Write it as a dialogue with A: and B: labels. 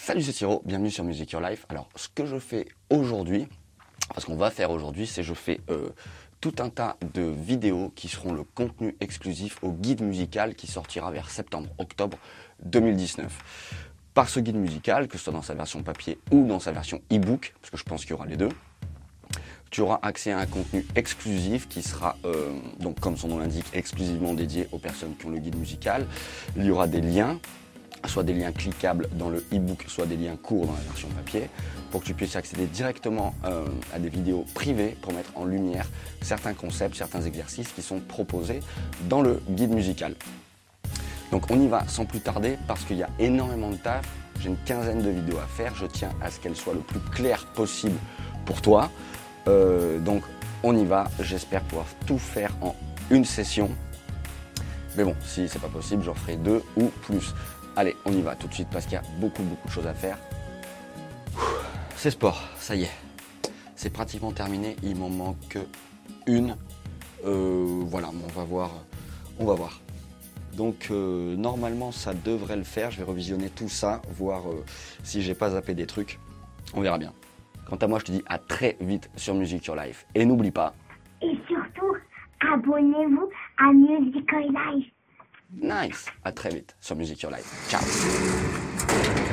A: Salut, c'est Siro, bienvenue sur Music Your Life. Alors, ce que je fais aujourd'hui, ce qu'on va faire aujourd'hui, c'est je fais tout un tas de vidéos qui seront le contenu exclusif au guide musical qui sortira vers septembre-octobre 2019. Par ce guide musical, que ce soit dans sa version papier ou dans sa version e-book, parce que je pense qu'il y aura les deux, tu auras accès à un contenu exclusif qui sera, donc comme son nom l'indique, exclusivement dédié aux personnes qui ont le guide musical. Il y aura des liens, soit des liens cliquables dans le e-book, soit des liens courts dans la version papier, pour que tu puisses accéder directement à des vidéos privées pour mettre en lumière certains concepts, certains exercices qui sont proposés dans le guide musical. Donc on y va sans plus tarder parce qu'il y a énormément de taf. J'ai une quinzaine de vidéos à faire, je tiens à ce qu'elles soient le plus claires possible pour toi. Donc on y va, j'espère pouvoir tout faire en une session. Mais bon, si c'est pas possible, j'en ferai 2 ou plus. Allez, on y va tout de suite parce qu'il y a beaucoup de choses à faire. C'est sport, ça y est. C'est pratiquement terminé, il m'en manque une. Voilà, on va voir. Donc normalement ça devrait le faire, je vais revisionner tout ça, voir si j'ai pas zappé des trucs. On verra bien. Quant à moi, je te dis à très vite sur Music Your Life. Et n'oublie pas...
B: Et surtout, abonnez-vous à Music Your Life.
A: Nice. À très vite sur Music Your Life. Ciao.